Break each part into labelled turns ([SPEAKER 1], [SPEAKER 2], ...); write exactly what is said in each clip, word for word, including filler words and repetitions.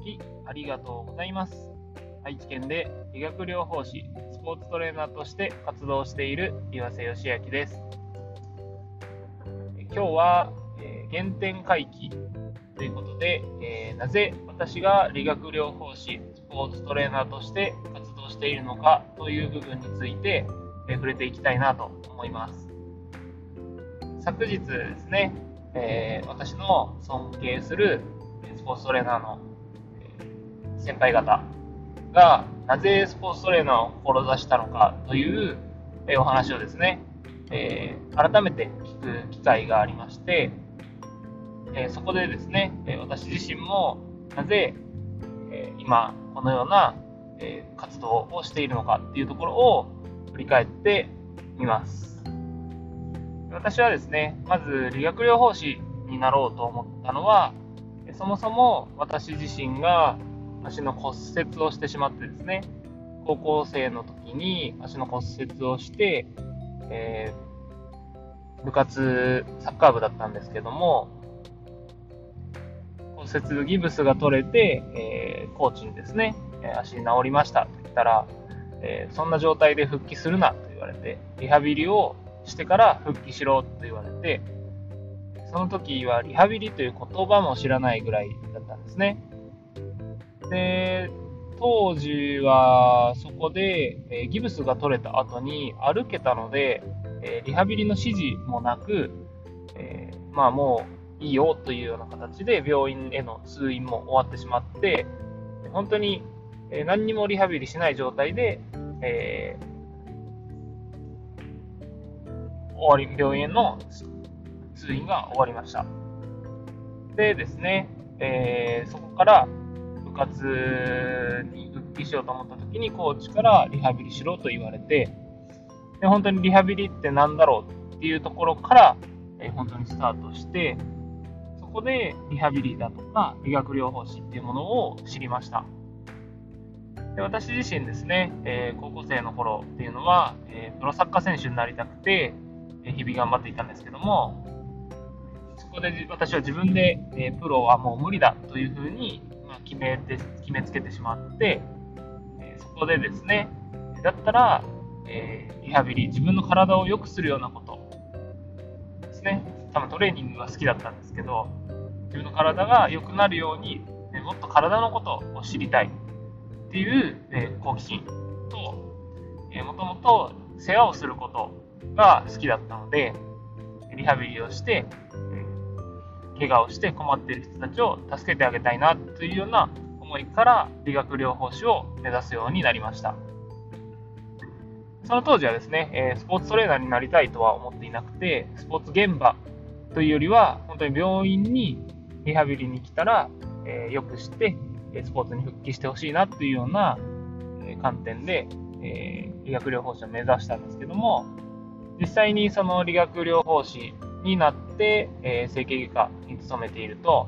[SPEAKER 1] きありがとうございます。愛知県で理学療法士、スポーツトレーナーとして活動している岩瀬義明です。今日は、えー、原点回帰ということで、えー、なぜ私が理学療法士、スポーツトレーナーとして活動しているのかという部分について、えー、触れていきたいなと思います。昨日ですね、えー、私の尊敬するスポーツトレーナーの先輩方がなぜスポーツトレーナーを志したのかというお話をですね、えー、改めて聞く機会がありまして、えー、そこでですね、私自身もなぜ、えー、今このような、えー、活動をしているのかっていうところを振り返ってみます。私はですね、まず理学療法士になろうと思ったのは、そもそも私自身が足の骨折をしてしまってですね、高校生の時に足の骨折をして、えー、部活サッカー部だったんですけども、骨折ギブスが取れて、えー、コーチにですね、足治りましたと言ったら、えー、そんな状態で復帰するなと言われて、リハビリをしてから復帰しろと言われて、その時はリハビリという言葉も知らないぐらいだったんですね。で、当時はそこで、えー、ギブスが取れた後に歩けたので、えー、リハビリの指示もなく、えー、まあもういいよというような形で病院への通院も終わってしまって、本当に、えー、何にもリハビリしない状態で、えー、終わり病院への通院が終わりました。でですね、えー、そこから部活に復帰しようと思った時にコーチからリハビリしろと言われて、で本当にリハビリって何だろうっていうところから、えー、本当にスタートして、そこでリハビリだとか理学療法士っていうものを知りました。で私自身ですね、えー、高校生の頃っていうのは、えー、プロサッカー選手になりたくて、えー、日々頑張っていたんですけども、そこで私は自分で、えー、プロはもう無理だというふうに決めて決めつけてしまって、えー、そこでですね、だったら、えー、リハビリ、自分の体を良くするようなことですね、多分トレーニングが好きだったんですけど、自分の体が良くなるように、えー、もっと体のことを知りたいっていう、えー、好奇心と、えー、もともと世話をすることが好きだったので、リハビリをして怪我をして困っている人たちを助けてあげたいなというような思いから理学療法士を目指すようになりました。その当時はですね、スポーツトレーナーになりたいとは思っていなくて、スポーツ現場というよりは本当に病院にリハビリに来たらよくしてスポーツに復帰してほしいなというような観点で理学療法士を目指したんですけども、実際にその理学療法士になって、えー、整形外科に勤めていると、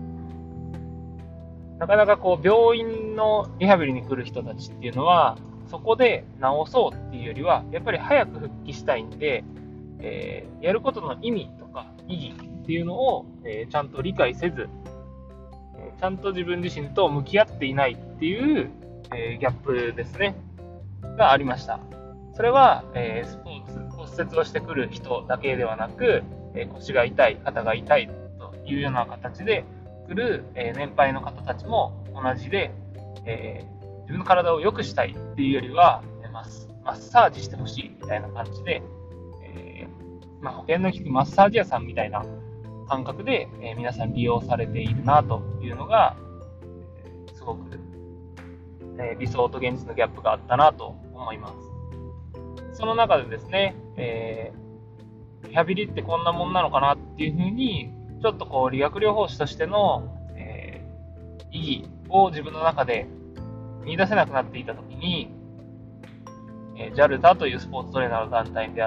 [SPEAKER 1] なかなかこう病院のリハビリに来る人たちっていうのは、そこで治そうっていうよりはやっぱり早く復帰したいんで、えー、やることの意味とか意義っていうのを、えー、ちゃんと理解せず、えー、ちゃんと自分自身と向き合っていないっていう、えー、ギャップですねがありました。それは、えー、スポーツ骨折をしてくる人だけではなく、えー、腰が痛い、肩が痛いというような形で来る、えー、年配の方たちも同じで、えー、自分の体を良くしたいっていうよりは、えー、マスマッサージしてほしいみたいな感じで、えーまあ、保険の効くマッサージ屋さんみたいな感覚で、えー、皆さん利用されているなというのが、えー、すごく、えー、理想と現実のギャップがあったなと思います。その中でですね、えー、リハビリってこんなもんなのかなっていうふうに、ちょっとこう理学療法士としての、えー、意義を自分の中で見出せなくなっていたときに、えー、ジャルタ というスポーツトレーナーの団体に出会って、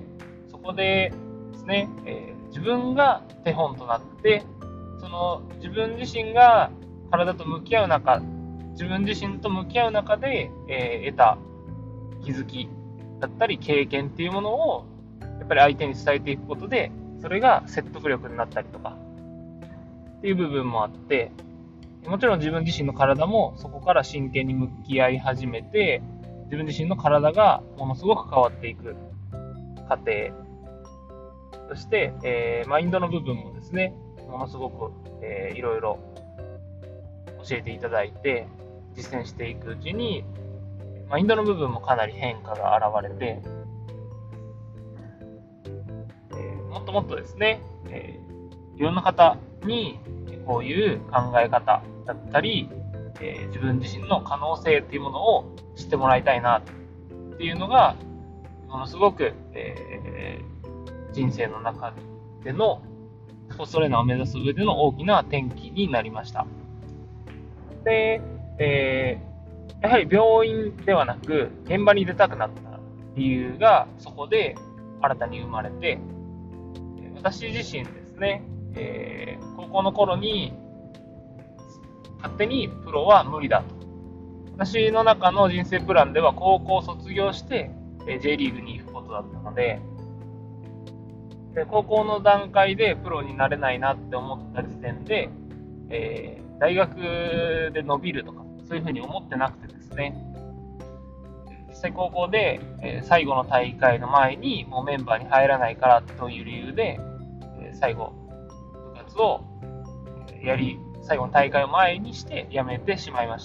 [SPEAKER 1] そこでですね、えー、自分が手本となって、その自分自身が体と向き合う中、自分自身と向き合う中で、えー、得た気づきだったり経験っていうものをやっぱり相手に伝えていくことで、それが説得力になったりとかっていう部分もあって、 もちろん自分自身の体もそこから真剣に向き合い始めて、自分自身の体がものすごく変わっていく過程、そして、えー、マインドの部分もですね、ものすごく、えー、いろいろ教えていただいて実践していくうちに、マインドの部分もかなり変化が現れて、えー、もっともっとですね、えー、いろんな方にこういう考え方だったり、えー、自分自身の可能性っていうものを知ってもらいたいなっていうのがものすごく、えー、人生の中でのスポーツトレーナーを目指す上での大きな転機になりました。で、えー、やはり病院ではなく現場に出たくなった理由がそこで新たに生まれて、私自身ですね、えー、高校の頃に勝手にプロは無理だと、私の中の人生プランでは高校を卒業して J リーグに行くことだったので、で高校の段階でプロになれないなって思った時点で、えー、大学で伸びるとかそういうふうに思ってなくてですね、実際高校で、えー、最後の大会の前にもうメンバーに入らないからという理由で、えー、最後部活をやり最後の大会を前にして辞めてしまいました。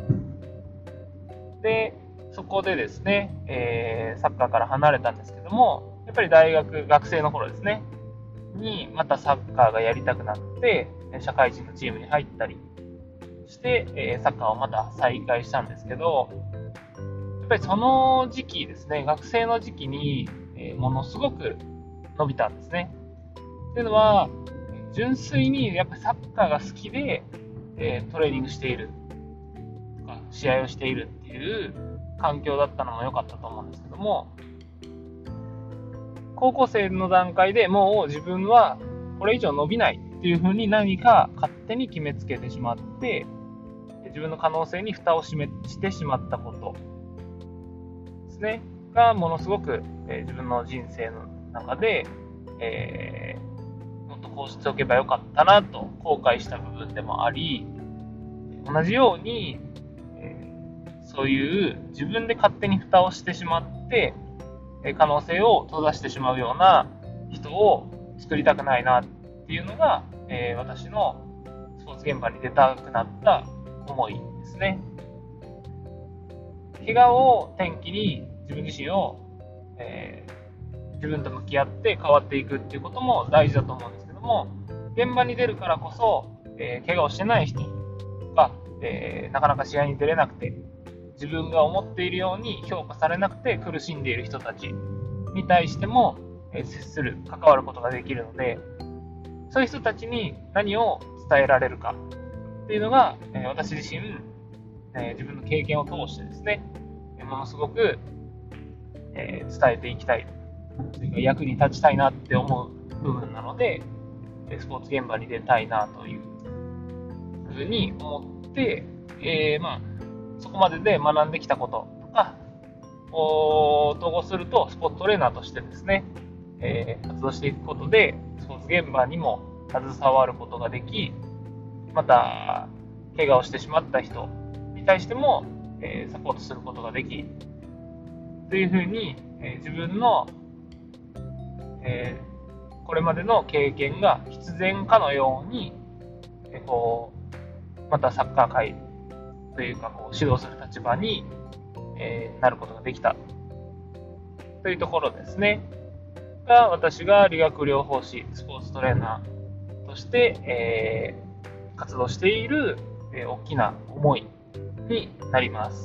[SPEAKER 1] でそこでですね、えー、サッカーから離れたんですけども、やっぱり大学学生の頃ですねにまたサッカーがやりたくなって社会人のチームに入ったりして、えー、サッカーをまた再開したんですけど、やっぱりその時期ですね、学生の時期に、えー、ものすごく伸びたんですね。というのは純粋にやっぱりサッカーが好きで、えー、トレーニングしているとか試合をしているっていう環境だったのも良かったと思うんですけども、高校生の段階でもう自分はこれ以上伸びないっていうふうに何か勝手に決めつけてしまって自分の可能性に蓋を閉めしてしまったことですねがものすごく、えー、自分の人生の中で、えー、もっとこうしておけばよかったなと後悔した部分でもあり、同じように、えー、そういう自分で勝手に蓋をしてしまって可能性を閉ざしてしまうような人を作りたくないなっていうのが、えー、私のスポーツ現場に出たくなった思いですね。怪我を転機に自分自身を、えー、自分と向き合って変わっていくっていうことも大事だと思うんですけども、現場に出るからこそ、えー、怪我をしてない人が、えー、なかなか試合に出れなくて自分が思っているように評価されなくて苦しんでいる人たちに対しても、えー、接する、関わることができるので、そういう人たちに何を伝えられるかっていうのが、えー、私自身、えー、自分の経験を通してですね、ものすごく、えー、伝えていきたいというか役に立ちたいなって思う部分なので、スポーツ現場に出たいなというふうに思って、えー、まあそこまでで学んできたこととかを統合するとスポーツトレーナーとしてですね、えー、活動していくことでスポーツ現場にも携わることができ、また怪我をしてしまった人に対しても、えー、サポートすることができというふうに、えー、自分の、えー、これまでの経験が必然かのように、えー、こうまたサッカー界というかこう指導する立場に、えー、なることができたというところですねが、私が理学療法士スポーツトレーナーとして、えー、活動している、えー、大きな思いになります。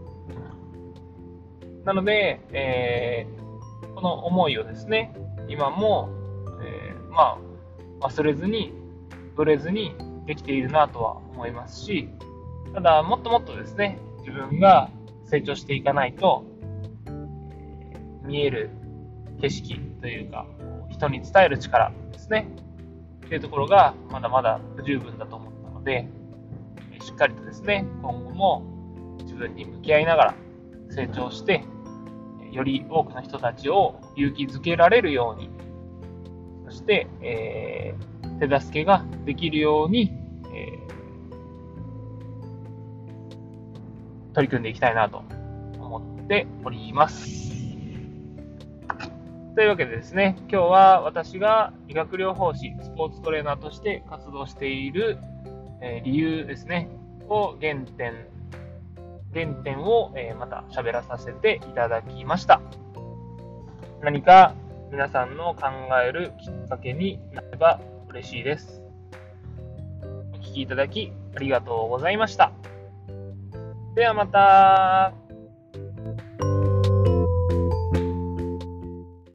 [SPEAKER 1] なので、えー、この思いをですね今も、えー、まあ忘れずにぶれずにできているなとは思いますし、ただもっともっとですね自分が成長していかないと、えー、見える景色というか人に伝える力ですねというところがまだまだ不十分だと思ったので、しっかりとですね今後も自分に向き合いながら成長してより多くの人たちを勇気づけられるように、そして、えー、手助けができるように、えー取り組んでいきたいなと思っております。というわけでですね、今日は私が理学療法士、スポーツトレーナーとして活動している、えー、理由ですね、を原点、原点を、えー、また喋らさせていただきました。何か皆さんの考えるきっかけになれば嬉しいです。お聞きいただきありがとうございました。ではまた。